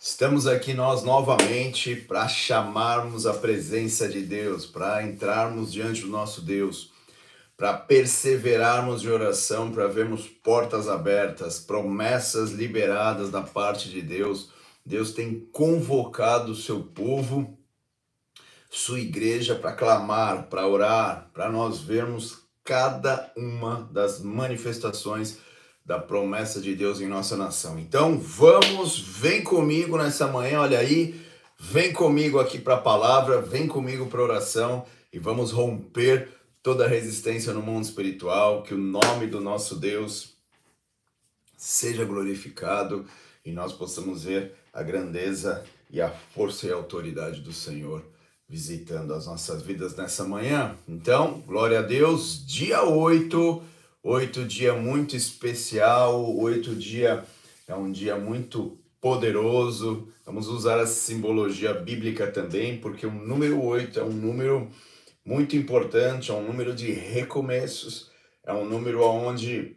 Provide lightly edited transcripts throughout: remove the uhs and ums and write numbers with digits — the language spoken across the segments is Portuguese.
Estamos aqui nós novamente para chamarmos a presença de Deus, para entrarmos diante do nosso Deus, para perseverarmos em oração, para vermos portas abertas, promessas liberadas da parte de Deus. Deus tem convocado o seu povo, sua igreja, para clamar, para orar, para nós vermos cada uma das manifestações da promessa de Deus em nossa nação. Então vem comigo nessa manhã, olha aí, vem comigo aqui para a palavra, vem comigo para a oração e vamos romper toda a resistência no mundo espiritual, que o nome do nosso Deus seja glorificado e nós possamos ver a grandeza e a força e a autoridade do Senhor visitando as nossas vidas nessa manhã. Então, glória a Deus, dia 8, dia muito especial, 8 dia é um dia muito poderoso. Vamos usar essa simbologia bíblica também, porque o número 8 é um número muito importante, é um número de recomeços, é um número onde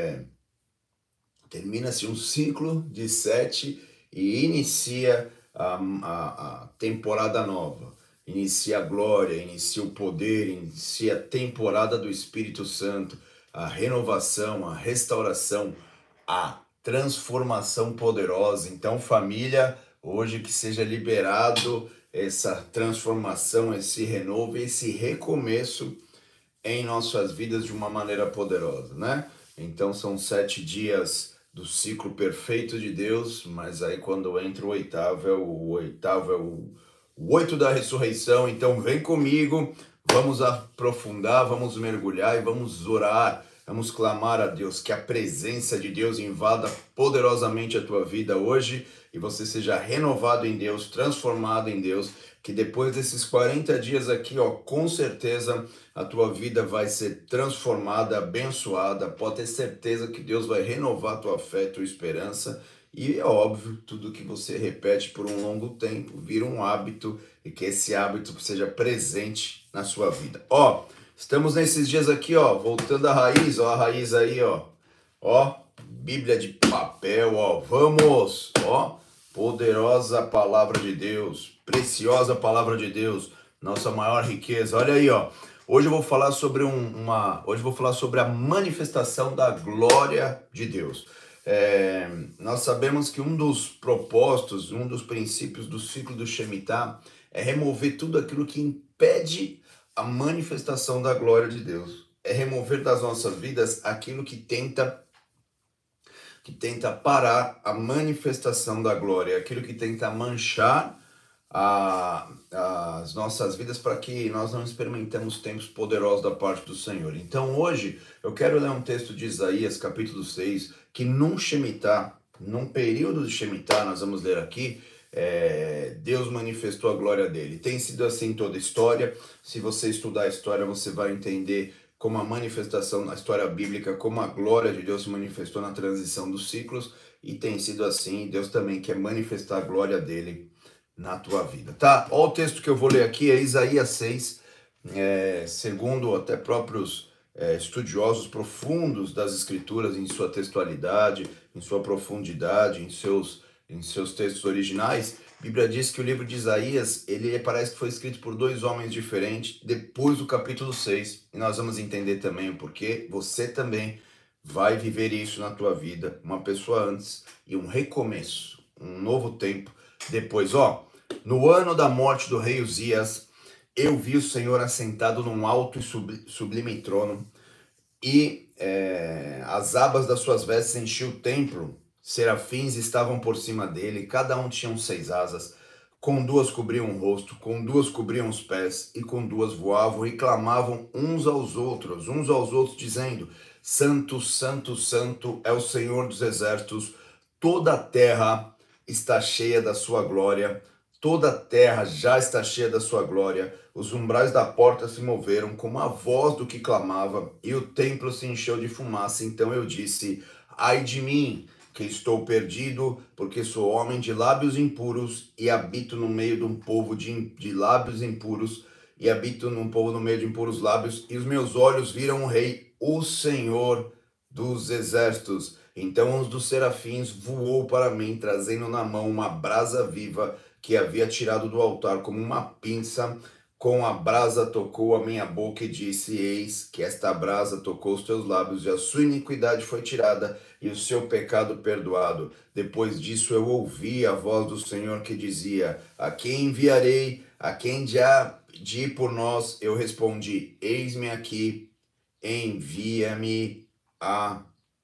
termina-se um ciclo de 7 e inicia a temporada nova. Inicia a glória, inicia o poder, inicia a temporada do Espírito Santo, a renovação, a restauração, a transformação poderosa. Então, família, hoje que seja liberado essa transformação, esse renovo, esse recomeço em nossas vidas de uma maneira poderosa, né? Então, são 7 dias do ciclo perfeito de Deus, mas aí quando entra o oitavo é o 8 da ressurreição. Então vem comigo, vamos aprofundar, vamos mergulhar e vamos orar, vamos clamar a Deus, que a presença de Deus invada poderosamente a tua vida hoje e você seja renovado em Deus, transformado em Deus, que depois desses 40 dias aqui, com certeza a tua vida vai ser transformada, abençoada. Pode ter certeza que Deus vai renovar a tua fé, tua esperança. E é óbvio, tudo que você repete por um longo tempo vira um hábito e que esse hábito seja presente na sua vida. Estamos nesses dias aqui, voltando à raiz, a raiz aí, Bíblia de papel, vamos, poderosa palavra de Deus, preciosa palavra de Deus, nossa maior riqueza. Olha aí, Hoje eu vou falar sobre a manifestação da glória de Deus. Nós sabemos que um dos propósitos, um dos princípios do ciclo do Shemitah é remover tudo aquilo que impede a manifestação da glória de Deus. É remover das nossas vidas aquilo que tenta parar a manifestação da glória, aquilo que tenta manchar as nossas vidas para que nós não experimentemos tempos poderosos da parte do Senhor. Então hoje eu quero ler um texto de Isaías, capítulo 6, que num período de Shemitah, nós vamos ler aqui, Deus manifestou a glória dele. Tem sido assim toda a história. Se você estudar a história, você vai entender como a manifestação na história bíblica, como a glória de Deus se manifestou na transição dos ciclos, e tem sido assim. Deus também quer manifestar a glória dele na tua vida, tá? Olha o texto que eu vou ler aqui, é Isaías 6, segundo até próprios estudiosos profundos das escrituras, em sua textualidade, em sua profundidade, em seus textos originais. A Bíblia diz que o livro de Isaías, ele parece que foi escrito por 2 homens diferentes depois do capítulo 6, e nós vamos entender também o porquê. Você também vai viver isso na tua vida, uma pessoa antes e um recomeço, um novo tempo depois. No ano da morte do rei Uzias, eu vi o Senhor assentado num alto e sublime trono, e as abas das suas vestes enchiam o templo. Serafins estavam por cima dele, cada um tinha 6 asas, com 2 cobriam o rosto, com 2 cobriam os pés, e com 2 voavam e clamavam uns aos outros, dizendo: Santo, Santo, Santo é o Senhor dos exércitos, toda a terra está cheia da sua glória. Toda a terra já está cheia da sua glória. Os umbrais da porta se moveram como a voz do que clamava, e o templo se encheu de fumaça. Então eu disse: ai de mim, que estou perdido, porque sou homem de lábios impuros e habito no meio de um povo de lábios impuros, e habito num povo no meio de impuros lábios, e os meus olhos viram o Rei, o Senhor dos exércitos. Então um dos serafins voou para mim, trazendo na mão uma brasa viva que havia tirado do altar como uma pinça. Com a brasa tocou a minha boca e disse: Eis que esta brasa tocou os teus lábios, e a sua iniquidade foi tirada, e o seu pecado perdoado. Depois disso eu ouvi a voz do Senhor que dizia: A quem enviarei? A quem há de ir por nós? Eu respondi: Eis-me aqui, envia-me a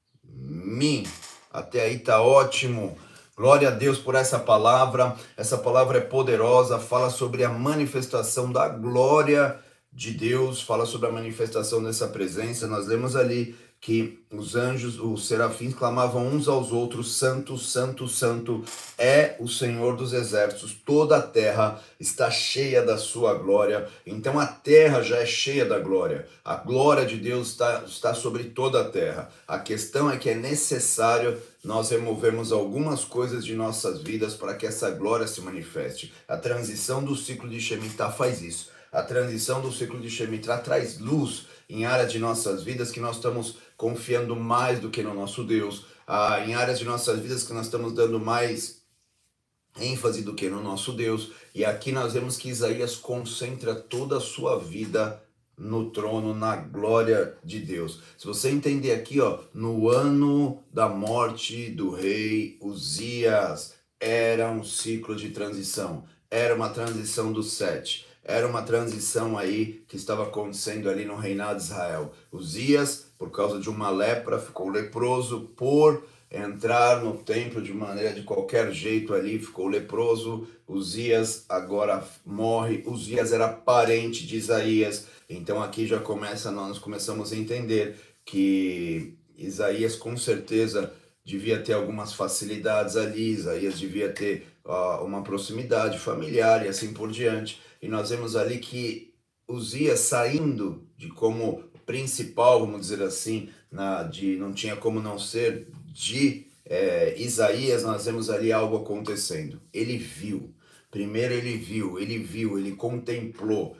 mim. Até aí tá ótimo. Glória a Deus por essa palavra. Essa palavra é poderosa, fala sobre a manifestação da glória de Deus, fala sobre a manifestação dessa presença. Nós lemos ali que os anjos, os serafins, clamavam uns aos outros: Santo, Santo, Santo é o Senhor dos exércitos. Toda a terra está cheia da sua glória. Então a terra já é cheia da glória. A glória de Deus está sobre toda a terra. A questão é que é necessário nós removermos algumas coisas de nossas vidas para que essa glória se manifeste. A transição do ciclo de Shemitah faz isso. A transição do ciclo de Shemitah traz luz em áreas de nossas vidas que nós estamos confiando mais do que no nosso Deus, em áreas de nossas vidas que nós estamos dando mais ênfase do que no nosso Deus. E aqui nós vemos que Isaías concentra toda a sua vida no trono, na glória de Deus. Se você entender aqui, no ano da morte do rei Uzias, era um ciclo de transição, era uma transição do 7. Era uma transição aí que estava acontecendo ali no reinado de Israel. Uzias, por causa de uma lepra, ficou leproso por entrar no templo de maneira de qualquer jeito ali, ficou leproso. Uzias agora morre. Uzias era parente de Isaías. Então aqui já nós começamos a entender que Isaías com certeza devia ter algumas facilidades ali, Isaías devia ter uma proximidade familiar e assim por diante. E nós vemos ali que Uzias saindo de como principal, vamos dizer assim, não tinha como não ser, de Isaías, nós vemos ali algo acontecendo. Ele viu. Primeiro ele viu, ele contemplou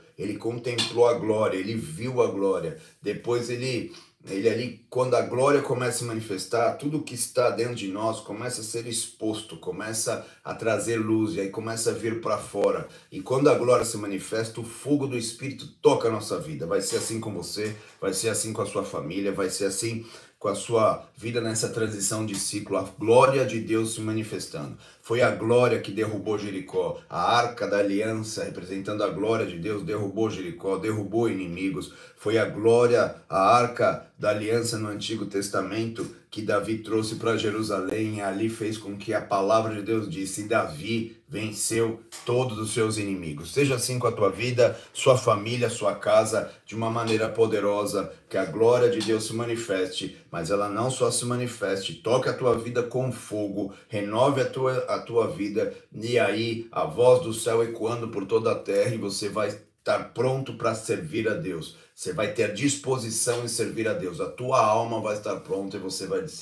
a glória, ele viu a glória. Depois ele ali, quando a glória começa a se manifestar, tudo que está dentro de nós começa a ser exposto, começa a trazer luz, e aí começa a vir para fora. E quando a glória se manifesta, o fogo do Espírito toca a nossa vida. Vai ser assim com você, vai ser assim com a sua família, vai ser assim com a sua vida nessa transição de ciclo, a glória de Deus se manifestando. Foi a glória que derrubou Jericó, a arca da aliança, representando a glória de Deus, derrubou Jericó, derrubou inimigos. Foi a glória, a arca da aliança no Antigo Testamento, que Davi trouxe para Jerusalém, e ali fez com que a palavra de Deus disse: Davi venceu todos os seus inimigos. Seja assim com a tua vida, sua família, sua casa, de uma maneira poderosa, que a glória de Deus se manifeste, mas ela não só se manifeste, toque a tua vida com fogo, renove a tua vida, e aí a voz do céu ecoando por toda a terra, e você vai estar pronto para servir a Deus. Você vai ter disposição em servir a Deus. A tua alma vai estar pronta e você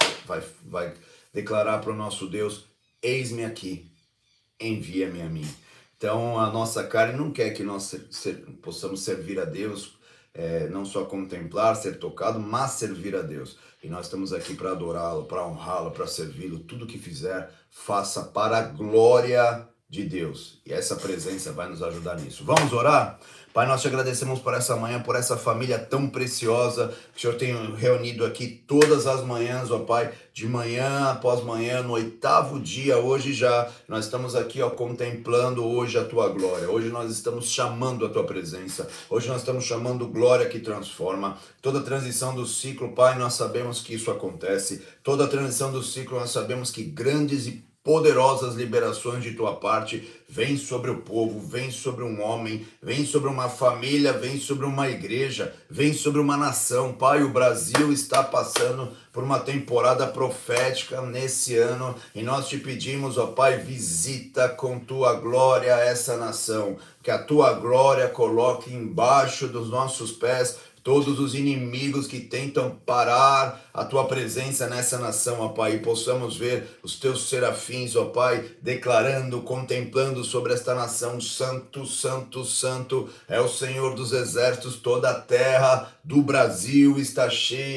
vai declarar para o nosso Deus: eis-me aqui, envia-me a mim. Então a nossa carne não quer que nós possamos servir a Deus, não só contemplar, ser tocado, mas servir a Deus. E nós estamos aqui para adorá-lo, para honrá-lo, para servi-lo. Tudo que fizer, faça para a glória de Deus. E essa presença vai nos ajudar nisso. Vamos orar? Pai, nós te agradecemos por essa manhã, por essa família tão preciosa que o Senhor tem reunido aqui todas as manhãs, ó Pai, de manhã após manhã, no 8º dia, hoje já, nós estamos aqui, ó, contemplando hoje a Tua glória. Hoje nós estamos chamando a Tua presença. Hoje nós estamos chamando glória que transforma. Toda transição do ciclo, Pai, nós sabemos que isso acontece. Toda transição do ciclo, nós sabemos que grandes e poderosas liberações de tua parte vêm sobre o povo, vêm sobre um homem, vêm sobre uma família, vêm sobre uma igreja, vêm sobre uma nação. Pai, o Brasil está passando por uma temporada profética nesse ano e nós te pedimos, ó Pai, visita com tua glória essa nação, que a tua glória coloque embaixo dos nossos pés todos os inimigos que tentam parar a tua presença nessa nação, ó Pai, e possamos ver os teus serafins, ó Pai, declarando, contemplando sobre esta nação: Santo, Santo, Santo é o Senhor dos exércitos. Toda a terra do Brasil está cheia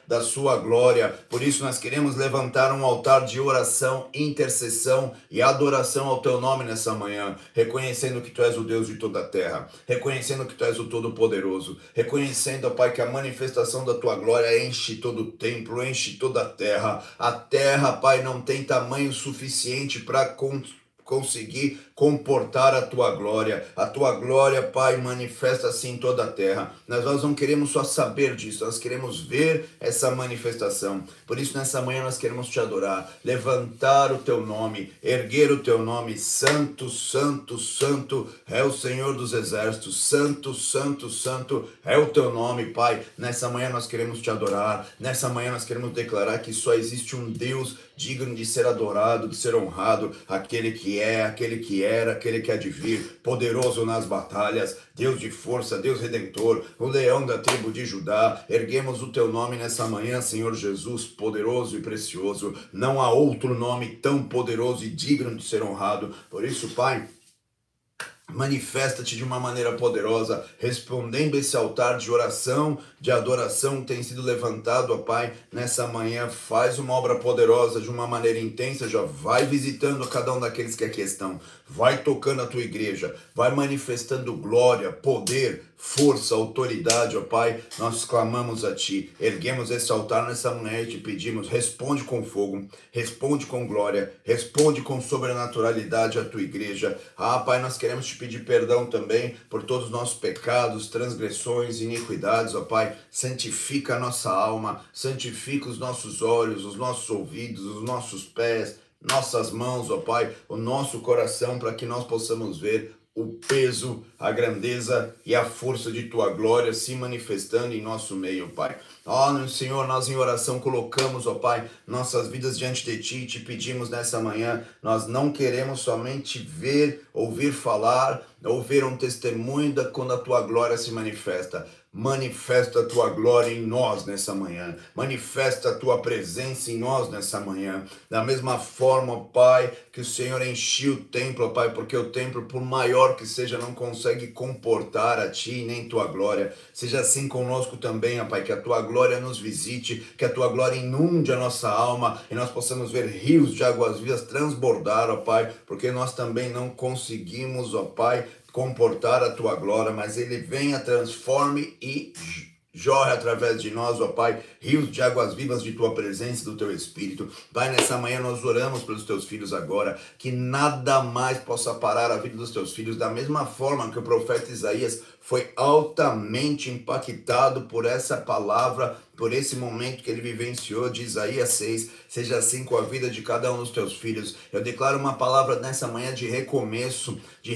da sua glória. Por isso nós queremos levantar um altar de oração, intercessão e adoração ao teu nome nessa manhã, reconhecendo que tu és o Deus de toda a terra, reconhecendo que tu és o Todo-Poderoso, reconhecendo, ó Pai, que a manifestação da tua glória enche todo o templo, enche toda a terra. A terra, Pai, não tem tamanho suficiente para conseguir comportar a tua glória. A tua glória, Pai, manifesta-se em toda a terra. Nós não queremos só saber disso, nós queremos ver essa manifestação. Por isso, nessa manhã, nós queremos te adorar, levantar o teu nome, erguer o teu nome. Santo, santo, santo é o Senhor dos Exércitos. Santo, santo, santo é o teu nome, Pai. Nessa manhã, nós queremos te adorar. Nessa manhã, nós queremos declarar que só existe um Deus digno de ser adorado, de ser honrado, aquele que é, aquele que era, aquele que há de vir, poderoso nas batalhas, Deus de força, Deus redentor, o leão da tribo de Judá. Erguemos o teu nome nessa manhã, Senhor Jesus, poderoso e precioso. Não há outro nome tão poderoso e digno de ser honrado. Por isso, Pai, manifesta-te de uma maneira poderosa, respondendo esse altar de oração, de adoração que tem sido levantado, ó Pai, nessa manhã. Faz uma obra poderosa de uma maneira intensa, já vai visitando cada um daqueles que aqui estão, vai tocando a tua igreja, vai manifestando glória, poder, força, autoridade, ó Pai. Nós clamamos a Ti, erguemos esse altar nessa manhã e te pedimos, responde com fogo, responde com glória, responde com sobrenaturalidade a tua igreja. Pai, nós queremos te pedir perdão também por todos os nossos pecados, transgressões, iniquidades, ó Pai. Santifica a nossa alma, santifica os nossos olhos, os nossos ouvidos, os nossos pés, nossas mãos, ó Pai, o nosso coração, para que nós possamos ver o peso, a grandeza e a força de tua glória se manifestando em nosso meio, Pai. Senhor, nós em oração colocamos, ó Pai, nossas vidas diante de Ti e te pedimos nessa manhã. Nós não queremos somente ver, ouvir falar, ouvir um testemunho quando a tua glória se manifesta. Manifesta a tua glória em nós nessa manhã. Manifesta a tua presença em nós nessa manhã. Da mesma forma, ó Pai, que o Senhor encheu o templo, ó Pai, porque o templo, por maior que seja, não consegue comportar a Ti nem tua glória. Seja assim conosco também, ó Pai, que a tua glória nos visite, que a tua glória inunde a nossa alma e nós possamos ver rios de águas vivas transbordar, ó Pai, porque nós também não conseguimos, ó Pai, comportar a tua glória, mas ele venha, transforme e jorre através de nós, ó Pai, rios de águas vivas de tua presença e do teu Espírito. Pai, nessa manhã nós oramos pelos teus filhos agora, que nada mais possa parar a vida dos teus filhos, da mesma forma que o profeta Isaías foi altamente impactado por essa palavra, por esse momento que ele vivenciou de Isaías 6, seja assim com a vida de cada um dos teus filhos. Eu declaro uma palavra nessa manhã de recomeço,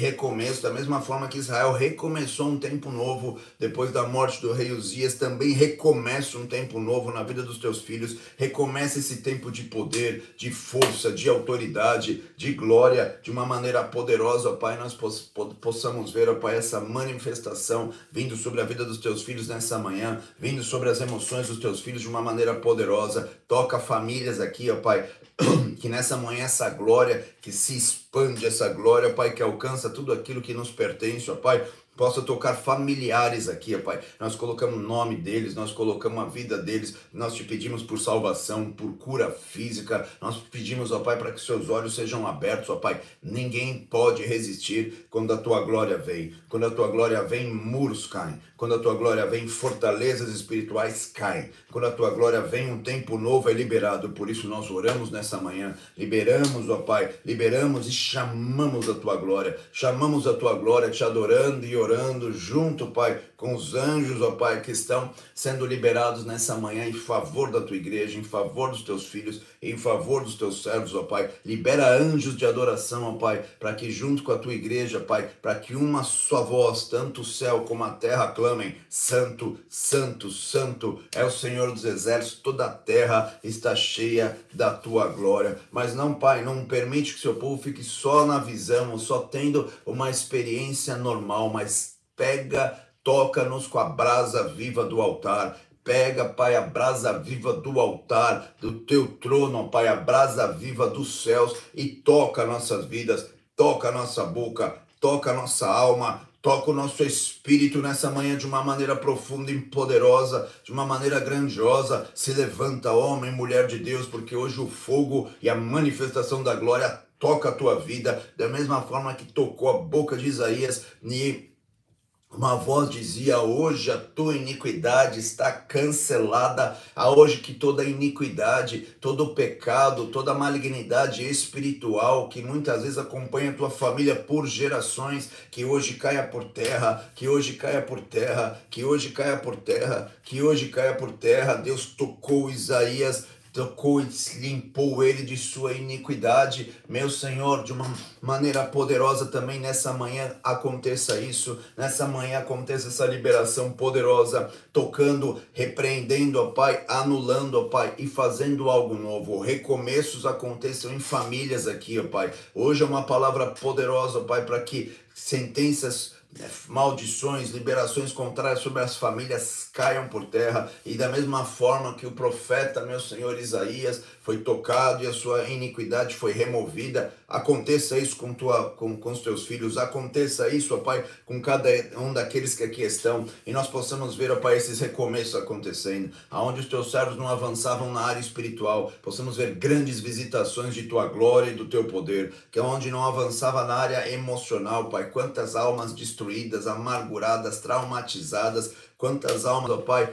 da mesma forma que Israel recomeçou um tempo novo depois da morte do rei Uzias, também recomeça um tempo novo na vida dos teus filhos, recomeça esse tempo de poder, de força, de autoridade, de glória, de uma maneira poderosa, ó Pai, nós possamos ver, ó Pai, essa manifestação vindo sobre a vida dos teus filhos nessa manhã, vindo sobre as emoções dos teus filhos de uma maneira poderosa. Toca famílias aqui, ó Pai, que nessa manhã essa glória que se expande, essa glória, Pai, que alcança tudo aquilo que nos pertence, ó Pai, possa tocar familiares aqui, ó Pai. Nós colocamos o nome deles, nós colocamos a vida deles, nós te pedimos por salvação, por cura física, nós pedimos, ó Pai, para que seus olhos sejam abertos, ó Pai. Ninguém pode resistir quando a tua glória vem. Quando a tua glória vem, muros caem. Quando a tua glória vem, fortalezas espirituais caem. Quando a tua glória vem, um tempo novo é liberado. Por isso nós oramos nessa manhã, liberamos, ó Pai, liberamos e chamamos a tua glória. Chamamos a tua glória, te adorando e orando junto, Pai, com os anjos, ó Pai, que estão sendo liberados nessa manhã em favor da tua igreja, em favor dos teus filhos, em favor dos teus servos, ó Pai. Libera anjos de adoração, ó Pai, para que junto com a tua igreja, Pai, para que uma só voz, tanto o céu como a terra, clamem: Santo, Santo, Santo é o Senhor dos Exércitos, toda a terra está cheia da tua glória. Mas não, Pai, não permite que seu povo fique só na visão, só tendo uma experiência normal, mas toca-nos com a brasa viva do altar. Pega, Pai, a brasa viva do altar, do teu trono, Pai, a brasa viva dos céus, e toca nossas vidas, toca a nossa boca, toca a nossa alma, toca o nosso espírito nessa manhã de uma maneira profunda e poderosa, de uma maneira grandiosa. Se levanta, homem e mulher de Deus, porque hoje o fogo e a manifestação da glória toca a tua vida, da mesma forma que tocou a boca de Isaías, e uma voz dizia: hoje a tua iniquidade está cancelada. Hoje que toda iniquidade, todo pecado, toda malignidade espiritual que muitas vezes acompanha a tua família por gerações, que hoje caia por terra, que hoje caia por terra, que hoje caia por terra, que hoje caia por terra. Deus tocou Isaías, tocou e limpou ele de sua iniquidade. Meu Senhor, de uma maneira poderosa também nessa manhã aconteça isso, nessa manhã aconteça essa liberação poderosa, tocando, repreendendo, ó Pai, anulando, ó Pai, e fazendo algo novo. Recomeços aconteçam em famílias aqui, ó Pai. Hoje é uma palavra poderosa, ó Pai, para que sentenças, maldições, liberações contrárias sobre as famílias caiam por terra, e da mesma forma que o profeta, meu Senhor Isaías, foi tocado e a sua iniquidade foi removida, aconteça isso com os teus filhos, aconteça isso, ó Pai, com cada um daqueles que aqui estão, e nós possamos ver, ó Pai, esses recomeços acontecendo, aonde os teus servos não avançavam na área espiritual, possamos ver grandes visitações de tua glória e do teu poder, que é onde não avançava na área emocional, Pai, quantas almas destruídas, amarguradas, traumatizadas, quantas almas, ó Pai,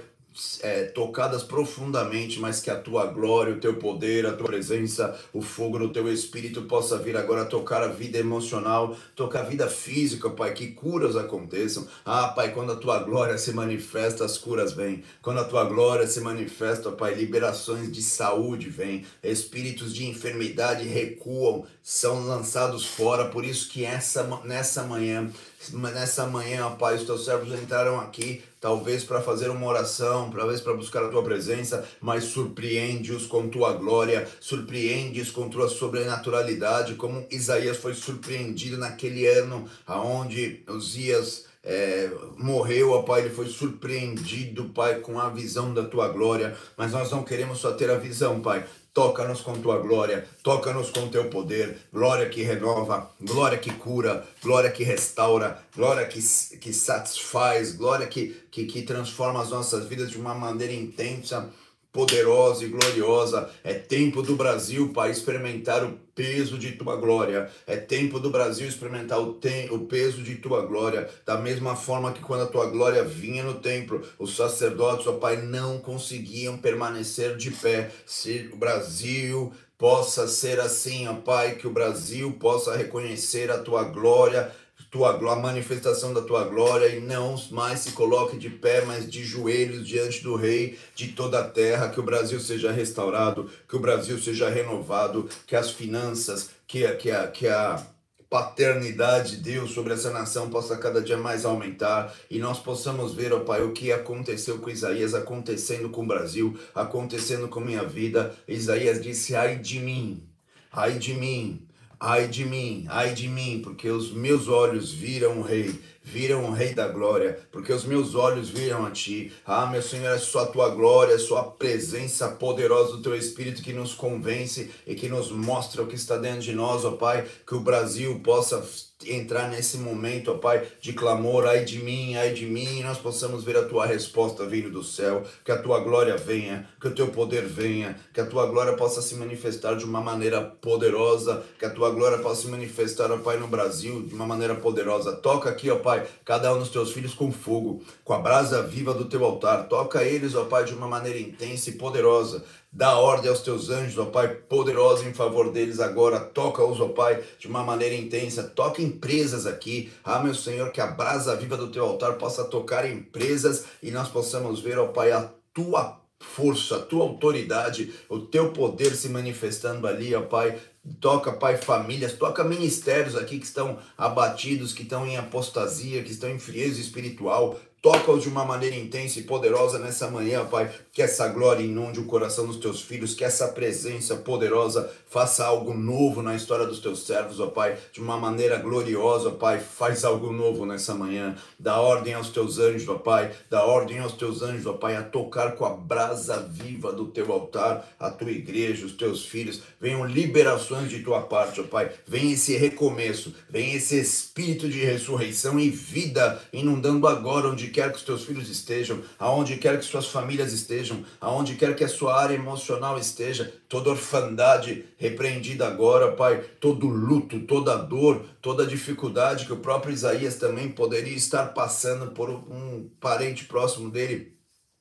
tocadas profundamente, mas que a tua glória, o teu poder, a tua presença, o fogo do teu espírito possa vir agora tocar a vida emocional, tocar a vida física, Pai, que curas aconteçam. Pai, quando a tua glória se manifesta, as curas vêm. Quando a tua glória se manifesta, Pai, liberações de saúde vêm, espíritos de enfermidade recuam, são lançados fora. Por isso que nessa manhã, ó Pai, os teus servos entraram aqui, talvez para fazer uma oração, talvez para buscar a tua presença, mas surpreende-os com tua glória, surpreende-os com tua sobrenaturalidade, como Isaías foi surpreendido naquele ano onde Uzias morreu, ó Pai, ele foi surpreendido, Pai, com a visão da tua glória, mas nós não queremos só ter a visão, Pai. Toca-nos com tua glória, toca-nos com teu poder, glória que renova, glória que cura, glória que restaura, glória que satisfaz, glória que transforma as nossas vidas de uma maneira intensa, poderosa e gloriosa. É tempo do Brasil, Pai, experimentar o peso de tua glória. É tempo do Brasil experimentar o peso de tua glória. Da mesma forma que quando a tua glória vinha no templo, os sacerdotes, ó Pai, não conseguiam permanecer de pé. Se o Brasil possa ser assim, ó Pai, que o Brasil possa reconhecer a tua glória, a manifestação da tua glória, e não mais se coloque de pé, mas de joelhos diante do Rei de toda a terra. Que o Brasil seja restaurado, que o Brasil seja renovado, que as finanças, que a paternidade de Deus sobre essa nação possa cada dia mais aumentar, e nós possamos ver, ó Pai, o que aconteceu com Isaías, acontecendo com o Brasil, acontecendo com minha vida. Isaías disse: ai de mim, ai de mim, ai de mim, ai de mim, porque os meus olhos viram o Rei da glória, porque os meus olhos viram a ti. Meu Senhor, é só a tua glória, é só a presença poderosa do teu Espírito que nos convence e que nos mostra o que está dentro de nós, ó Pai, que o Brasil possa entrar nesse momento, ó Pai, de clamor: ai de mim, e nós possamos ver a tua resposta vindo do céu, que a tua glória venha, que o teu poder venha, que a tua glória possa se manifestar de uma maneira poderosa, que a tua glória possa se manifestar, ó Pai, no Brasil de uma maneira poderosa. Toca aqui, ó Pai, cada um dos teus filhos com fogo, com a brasa viva do teu altar. Toca eles, ó Pai, de uma maneira intensa e poderosa. Dá ordem aos teus anjos, ó Pai, poderosa em favor deles agora. Toca-os, ó Pai, de uma maneira intensa. Toca empresas aqui. Meu Senhor, que a brasa viva do teu altar possa tocar empresas e nós possamos ver, ó Pai, a tua força, a tua autoridade, o teu poder se manifestando ali, ó Pai. Toca, Pai, famílias, toca ministérios aqui que estão abatidos, que estão em apostasia, que estão em frieza espiritual. toca-os de uma maneira intensa e poderosa nessa manhã, Pai, que essa glória inunde o coração dos teus filhos, que essa presença poderosa faça algo novo na história dos teus servos, ó Pai, de uma maneira gloriosa, ó Pai, faz algo novo nessa manhã, dá ordem aos teus anjos, ó Pai, dá ordem aos teus anjos, ó Pai, a tocar com a brasa viva do teu altar, a tua igreja, os teus filhos, venham liberações de tua parte, ó Pai, vem esse recomeço, vem esse espírito de ressurreição e vida inundando agora onde quer que os teus filhos estejam, aonde quer que suas famílias estejam, aonde quer que a sua área emocional esteja, toda orfandade repreendida agora, Pai, todo luto, toda dor, toda dificuldade que o próprio Isaías também poderia estar passando por um parente próximo dele,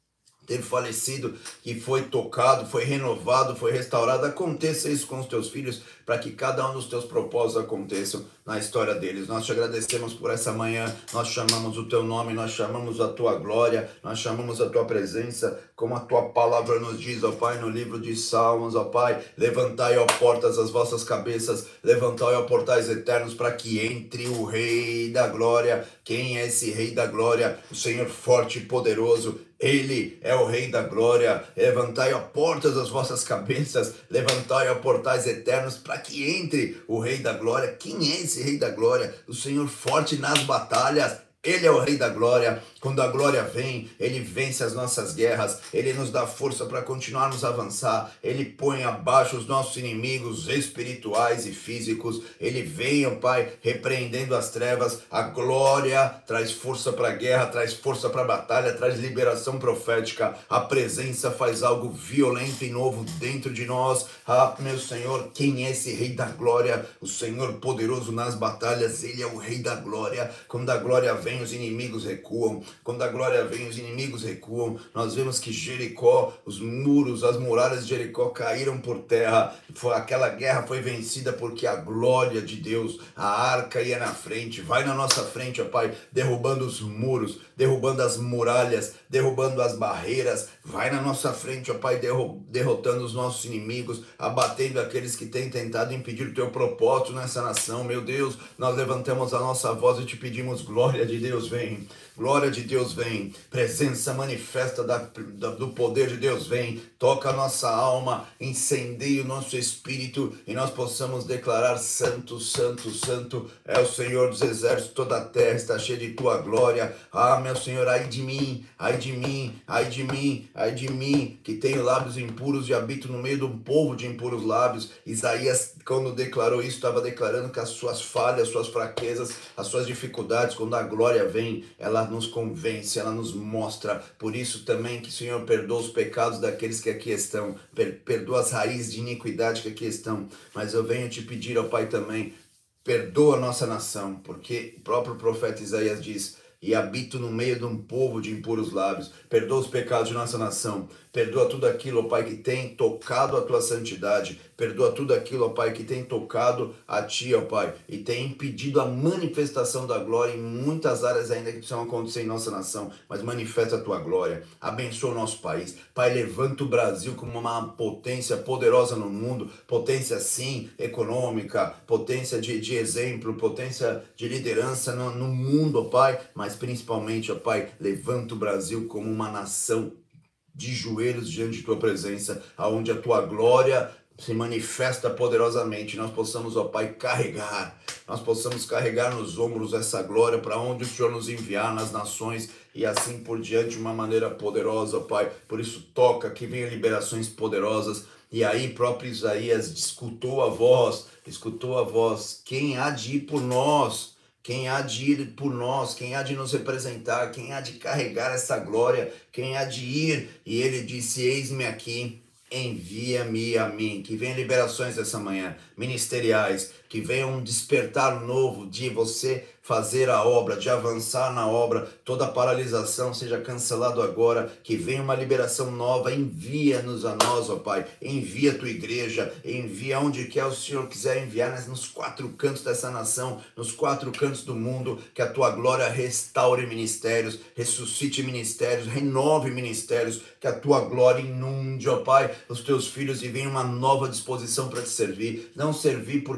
ter falecido, que foi tocado, foi renovado, foi restaurado. Aconteça isso com os teus filhos, para que cada um dos teus propósitos aconteçam na história deles. Nós te agradecemos por essa manhã, nós chamamos o teu nome, nós chamamos a tua glória, nós chamamos a tua presença, como a tua palavra nos diz, ó Pai, no livro de Salmos, ó Pai, levantai, ó portas, as vossas cabeças, levantai, ó portais eternos, para que entre o Rei da Glória. Quem é esse Rei da Glória? O Senhor forte e poderoso, Ele é o Rei da Glória. Levantai, ó portas, as vossas cabeças, levantai, ó portais eternos, para que entre o Rei da Glória. Quem é esse Rei da Glória? O Senhor forte nas batalhas. Ele é o Rei da Glória. Quando a glória vem, Ele vence as nossas guerras, Ele nos dá força para continuarmos a avançar, Ele põe abaixo os nossos inimigos espirituais e físicos, Ele vem, ó Pai, repreendendo as trevas. A glória traz força para a guerra, traz força para a batalha, traz liberação profética. A presença faz algo violento e novo dentro de nós. Ah, meu Senhor, quem é esse Rei da Glória? O Senhor poderoso nas batalhas, Ele é o Rei da Glória. Quando a glória vem, os inimigos recuam. Quando a glória vem, os inimigos recuam. Nós vemos que Jericó, os muros, as muralhas de Jericó caíram por terra. Aquela guerra foi vencida porque a glória de Deus, a arca ia na frente, vai na nossa frente, ó Pai, derrubando os muros, derrubando as muralhas, derrubando as barreiras, vai na nossa frente, ó Pai, derrotando os nossos inimigos, abatendo aqueles que têm tentado impedir o teu propósito nessa nação. Meu Deus, nós levantamos a nossa voz e te pedimos: glória de Deus vem, glória de Deus vem, presença manifesta do poder de Deus vem, toca a nossa alma, incendeia o nosso espírito e nós possamos declarar: santo, santo, santo é o Senhor dos exércitos, toda a terra está cheia de tua glória. Ah, meu Senhor, ai de mim, ai de mim, ai de mim, ai de mim, que tenho lábios impuros e habito no meio de um povo de impuros lábios. Isaías, quando declarou isso, estava declarando que as suas falhas, suas fraquezas, as suas dificuldades, quando a glória vem, ela nos convence, ela nos mostra. Por isso também que o Senhor perdoa os pecados daqueles que aqui estão, perdoa as raízes de iniquidade que aqui estão. Mas eu venho te pedir, ó Pai, também, perdoa a nossa nação, porque o próprio profeta Isaías diz: e habito no meio de um povo de impuros lábios. Perdoa os pecados de nossa nação. Perdoa tudo aquilo, ó Pai, que tem tocado a tua santidade. Perdoa tudo aquilo, ó Pai, que tem tocado a ti, ó Pai, e tem impedido a manifestação da glória em muitas áreas ainda que precisam acontecer em nossa nação. Mas manifesta a tua glória. Abençoa o nosso país. Pai, levanta o Brasil como uma potência poderosa no mundo. Potência, sim, econômica. Potência de exemplo. Potência de liderança no mundo, ó Pai. Mas principalmente, ó Pai, levanta o Brasil como uma nação de joelhos diante de tua presença, aonde a tua glória se manifesta poderosamente. Nós possamos, ó Pai, nós possamos carregar nos ombros essa glória para onde o Senhor nos enviar nas nações e assim por diante, de uma maneira poderosa, ó Pai. Por isso toca, que venha liberações poderosas. E aí próprio Isaías escutou a voz, quem há de ir por nós? Quem há de ir por nós, quem há de nos representar, quem há de carregar essa glória, quem há de ir? E ele disse: eis-me aqui, envia-me a mim. Que venham liberações essa manhã, ministeriais, que venha um despertar novo de você fazer a obra, de avançar na obra. Toda paralisação seja cancelado agora, que venha uma liberação nova. Envia-nos a nós, ó Pai, envia a tua igreja, envia onde quer o Senhor quiser enviar, nos quatro cantos dessa nação, nos quatro cantos do mundo, que a tua glória restaure ministérios, ressuscite ministérios, renove ministérios, que a tua glória inunde, ó Pai, os teus filhos e venha uma nova disposição para te servir. Não servir porque como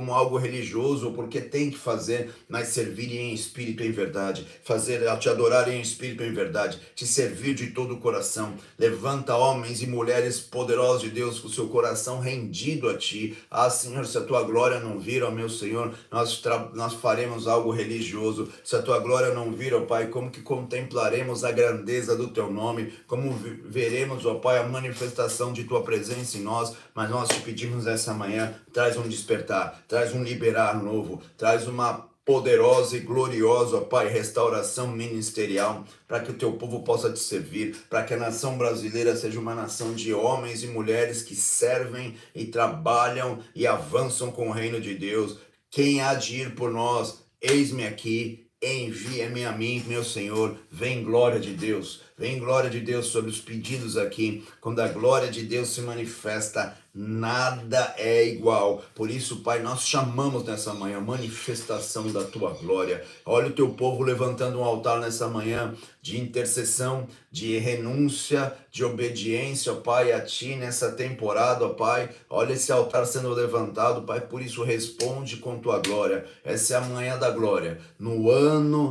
como algo religioso, ou porque tem que fazer, mas servir em espírito e em verdade, te adorar em espírito e em verdade, te servir de todo o coração. Levanta homens e mulheres poderosos de Deus com o seu coração rendido a ti. Ah, Senhor, se a tua glória não vir, ó meu Senhor, nós faremos algo religioso. Se a tua glória não vir, ó Pai, como que contemplaremos a grandeza do teu nome, como veremos, ó Pai, a manifestação de tua presença em nós. Mas nós te pedimos essa manhã, traz um despertar, traz um liberar novo, traz uma poderosa e gloriosa, ó Pai, restauração ministerial, para que o teu povo possa te servir, para que a nação brasileira seja uma nação de homens e mulheres que servem e trabalham e avançam com o reino de Deus. Quem há de ir por nós? Eis-me aqui, envia-me a mim, meu Senhor. Vem glória de Deus, vem glória de Deus sobre os pedidos aqui. Quando a glória de Deus se manifesta, nada é igual. Por isso, Pai, nós chamamos nessa manhã manifestação da tua glória. Olha o teu povo levantando um altar nessa manhã de intercessão, de renúncia, de obediência, ó Pai, a ti nessa temporada, ó Pai. Olha esse altar sendo levantado, Pai, por isso responde com tua glória. Essa é a manhã da glória. No ano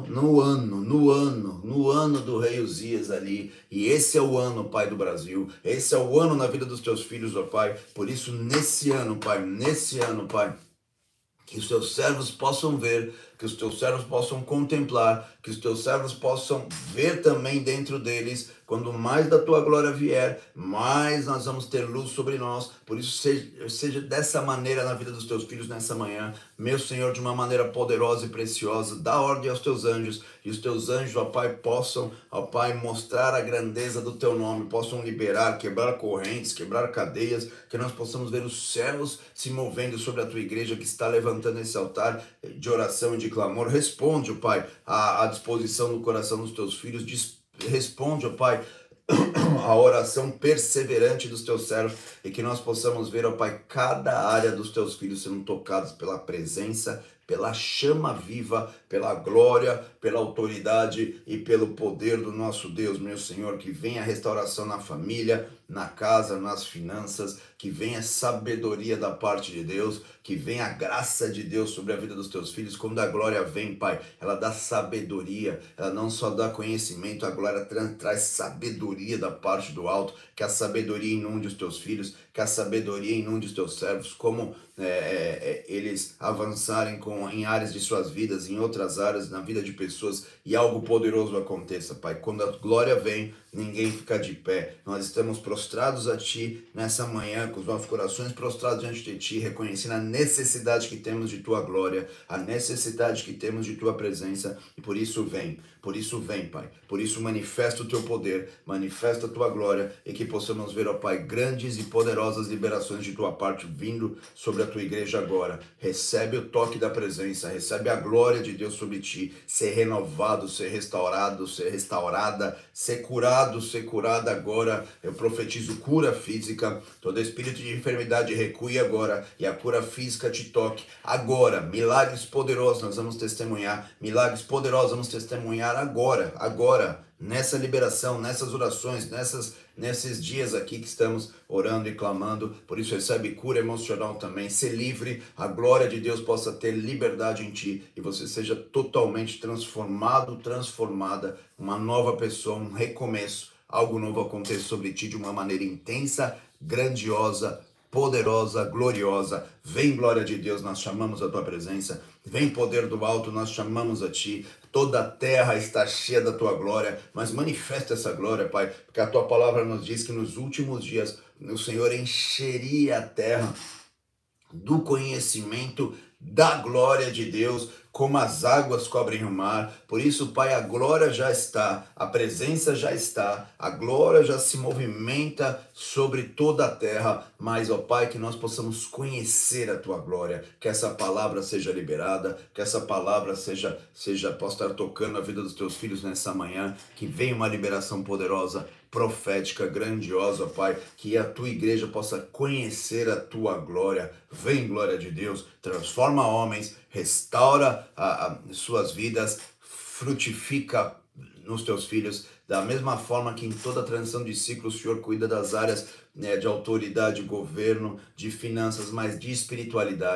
do rei Uzias ali. E esse é o ano, Pai, do Brasil. Esse é o ano na vida dos teus filhos, ó Pai. Por isso, nesse ano, Pai, que os teus servos possam ver, que os teus servos possam contemplar, que os teus servos possam ver também dentro deles. Quando mais da tua glória vier, mais nós vamos ter luz sobre nós. Por isso, seja dessa maneira na vida dos teus filhos nessa manhã, meu Senhor, de uma maneira poderosa e preciosa. Dá ordem aos teus anjos, e os teus anjos, ó Pai, possam, ó Pai, mostrar a grandeza do teu nome, possam liberar, quebrar correntes, quebrar cadeias, que nós possamos ver os céus se movendo sobre a tua igreja que está levantando esse altar de oração e de clamor. Responde, ó Pai, à disposição do coração dos teus filhos. Responde, ó Pai, a oração perseverante dos teus servos, e que nós possamos ver, ó Pai, cada área dos teus filhos sendo tocados pela presença, pela chama viva, pela glória, pela autoridade e pelo poder do nosso Deus, meu Senhor. Que venha a restauração na família, na casa, nas finanças, que venha sabedoria da parte de Deus, que venha a graça de Deus sobre a vida dos teus filhos. Quando a glória vem, Pai, ela dá sabedoria, ela não só dá conhecimento, a glória traz sabedoria da parte do alto. Que a sabedoria inunde os teus filhos, que a sabedoria inunde os teus servos, como eles avançarem em áreas de suas vidas, em outras áreas, na vida de pessoas, e algo poderoso aconteça, Pai. Quando a glória vem, ninguém fica de pé. Nós estamos prostrados a Ti nessa manhã, com os nossos corações prostrados diante de Ti, reconhecendo a necessidade que temos de Tua glória, a necessidade que temos de Tua presença, e por isso vem, Pai. Por isso manifesta o Teu poder, manifesta a Tua glória, e que possamos ver, ó Pai, grandes e poderosas liberações de Tua parte vindo sobre a Tua igreja agora. Recebe o toque da presença, recebe a glória de Deus sobre Ti, ser renovado, ser restaurado, ser restaurada, ser curada agora. Eu profetizo cura física, todo espírito de enfermidade recue agora, e a cura física te toque agora. Milagres poderosos nós vamos testemunhar, milagres poderosos vamos testemunhar agora, nessa liberação, nessas orações, nesses dias aqui que estamos orando e clamando. Por isso recebe cura emocional também, ser livre, a glória de Deus possa ter liberdade em ti, e você seja totalmente transformado, transformada, uma nova pessoa, um recomeço, algo novo aconteça sobre ti de uma maneira intensa, grandiosa, poderosa, gloriosa. Vem glória de Deus, nós chamamos a tua presença. Vem poder do alto, nós chamamos a ti. Toda a terra está cheia da tua glória, mas manifesta essa glória, Pai, porque a tua palavra nos diz que nos últimos dias o Senhor encheria a terra do conhecimento da glória de Deus, como as águas cobrem o mar. Por isso, Pai, a glória já está, a presença já está, a glória já se movimenta sobre toda a terra. Mas, ó Pai, que nós possamos conhecer a Tua glória, que essa palavra seja liberada, que essa palavra possa estar tocando a vida dos Teus filhos nessa manhã, que venha uma liberação poderosa, profética, grandiosa, Pai, que a Tua igreja possa conhecer a Tua glória. Vem, glória de Deus, transforma homens, restaura suas vidas, frutifica nos Teus filhos, da mesma forma que em toda transição de ciclo o Senhor cuida das áreas de autoridade, governo, de finanças, mas de espiritualidade.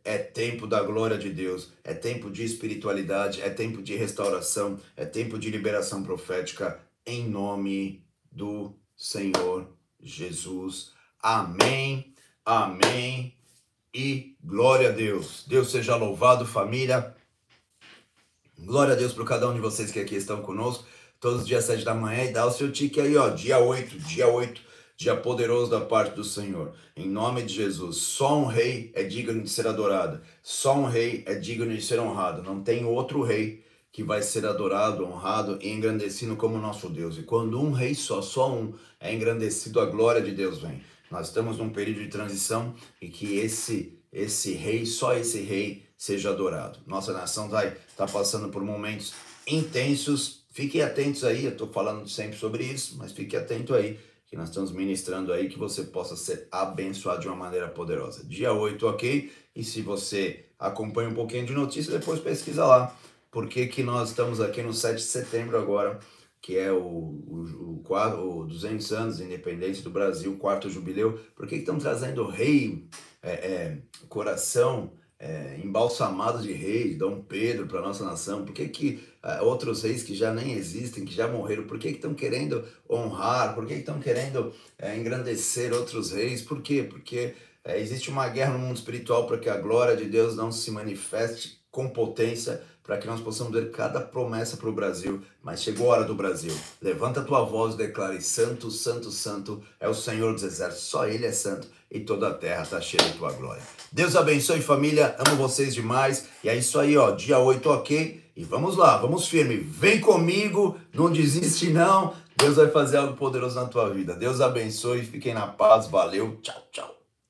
é tempo da glória de Deus, é tempo de espiritualidade, é tempo de restauração, é tempo de liberação profética, em nome do Senhor Jesus. Amém, amém e glória a Deus. Deus seja louvado, família. Glória a Deus por cada um de vocês que aqui estão conosco, todos os dias 7 da manhã, e dá o seu tique aí, ó, dia 8, dia poderoso da parte do Senhor. Em nome de Jesus, só um rei é digno de ser adorado, só um rei é digno de ser honrado. Não tem outro rei que vai ser adorado, honrado e engrandecido como o nosso Deus. E quando um rei só um é engrandecido, a glória de Deus vem. Nós estamos num período de transição e que esse rei, só esse rei, seja adorado. Nossa nação tá passando por momentos intensos. Fiquem atentos aí, eu estou falando sempre sobre isso, mas fique atento aí, que nós estamos ministrando aí, que você possa ser abençoado de uma maneira poderosa. Dia 8, ok? E se você acompanha um pouquinho de notícia, depois pesquisa lá. Por que nós estamos aqui no 7 de setembro agora, que é o 200 anos de independência do Brasil, o 4º jubileu. Por que estão trazendo o rei, coração embalsamado de reis, Dom Pedro, para nossa nação? Por que outros reis que já nem existem, que já morreram, por que estão querendo honrar? Por que estão querendo engrandecer outros reis? Por quê? Porque existe uma guerra no mundo espiritual para que a glória de Deus não se manifeste com potência, para que nós possamos ver cada promessa para o Brasil. Mas chegou a hora do Brasil. Levanta a tua voz e declare: santo, santo, santo é o Senhor dos exércitos. Só Ele é santo e toda a terra está cheia de tua glória. Deus abençoe, família. Amo vocês demais. E é isso aí, ó. Dia 8, ok? E vamos lá, vamos firme. Vem comigo, não desiste não. Deus vai fazer algo poderoso na tua vida. Deus abençoe, fiquem na paz. Valeu, tchau, tchau.